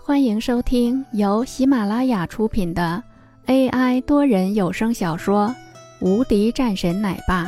欢迎收听由喜马拉雅出品的 AI 多人有声小说《无敌战神奶爸》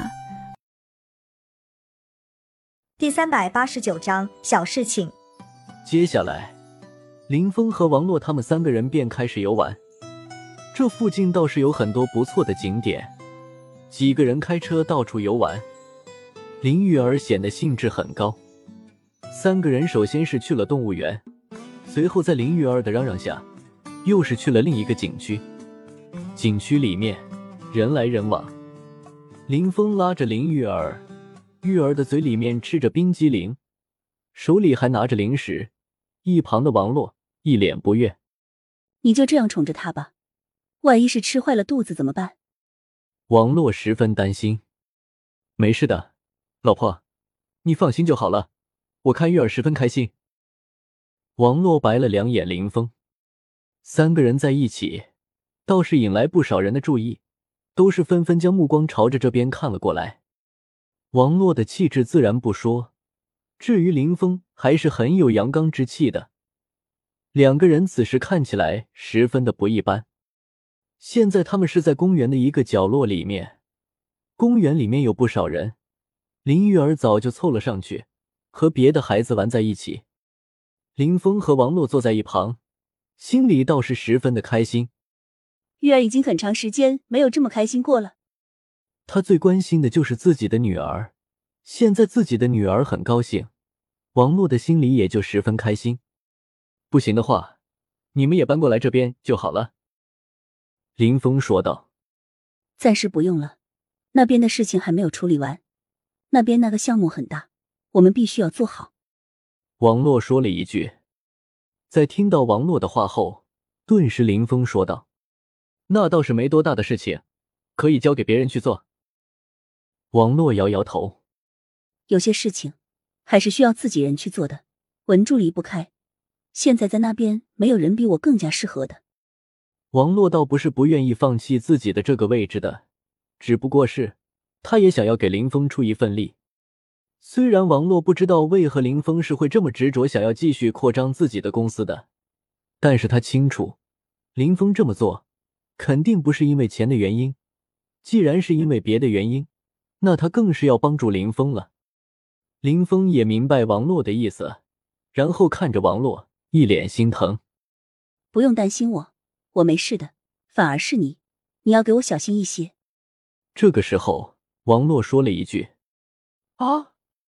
第389章小事情。 接下来，林峰和王洛他们三个人便开始游玩。这附近倒是有很多不错的景点，几个人开车到处游玩。林玉儿显得兴致很高。三个人首先是去了动物园，随后在林玉儿的嚷嚷下，又是去了另一个景区。景区里面人来人往，林峰拉着林玉儿，玉儿的嘴里面吃着冰激凌，手里还拿着零食。一旁的王洛一脸不悦： 你就这样宠着他吧，万一是吃坏了肚子怎么办？ 王洛十分担心。没事的，老婆，你放心就好了，我看玉儿十分开心。王洛白了两眼林峰。三个人在一起倒是引来不少人的注意，都是纷纷将目光朝着这边看了过来。王洛的气质自然不说，至于林峰还是很有阳刚之气的。两个人此时看起来十分的不一般。现在他们是在公园的一个角落里面，公园里面有不少人，林玉儿早就凑了上去，和别的孩子玩在一起。林峰和王洛坐在一旁，心里倒是十分的开心。 玉儿已经很长时间没有这么开心过了。 他最关心的就是自己的女儿，现在自己的女儿很高兴，王洛的心里也就十分开心。不行的话，你们也搬过来这边就好了。林峰说道。 暂时不用了，那边的事情还没有处理完，那边那个项目很大，我们必须要做好。 王洛说了一句。在听到王洛的话后，顿时林峰说道：那倒是没多大的事情，可以交给别人去做。王洛摇摇头： 有些事情还是需要自己人去做的，文柱离不开，现在在那边没有人比我更加适合的。 王洛倒不是不愿意放弃自己的这个位置的，只不过是他也想要给林峰出一份力。虽然王洛不知道为何林峰是会这么执着想要继续扩张自己的公司的，但是他清楚林峰这么做肯定不是因为钱的原因，既然是因为别的原因，那他更是要帮助林峰了。林峰也明白王洛的意思，然后看着王洛一脸心疼： 不用担心我没事的，反而是你要给我小心一些。 这个时候王洛说了一句：啊，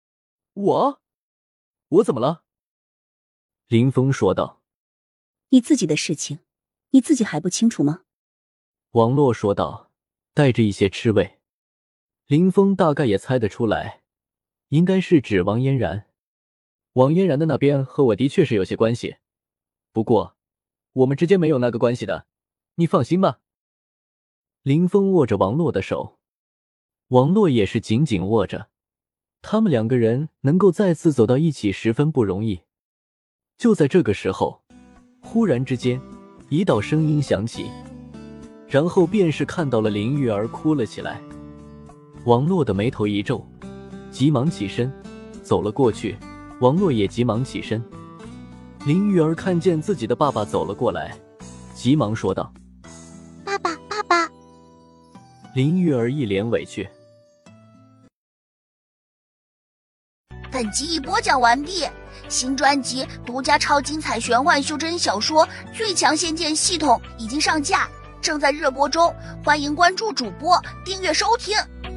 我怎么了？林峰说道： 你自己的事情你自己还不清楚吗？ 王洛说道，带着一些吃味。林峰大概也猜得出来，应该是指王嫣然。王嫣然的那边和我的确是有些关系，不过我们之间没有那个关系的，你放心吧。林峰握着王洛的手，王洛也是紧紧握着，他们两个人能够再次走到一起十分不容易。就在这个时候，忽然之间一道声音响起，然后便是看到了林玉儿哭了起来。王洛的眉头一皱，急忙起身走了过去，王洛也急忙起身。林玉儿看见自己的爸爸走了过来，急忙说道： 爸爸，爸爸。 林玉儿一脸委屈。 本集已播讲完毕，新专辑独家超精彩玄幻修真小说《最强仙剑系统》已经上架，正在热播中，欢迎关注主播，订阅收听。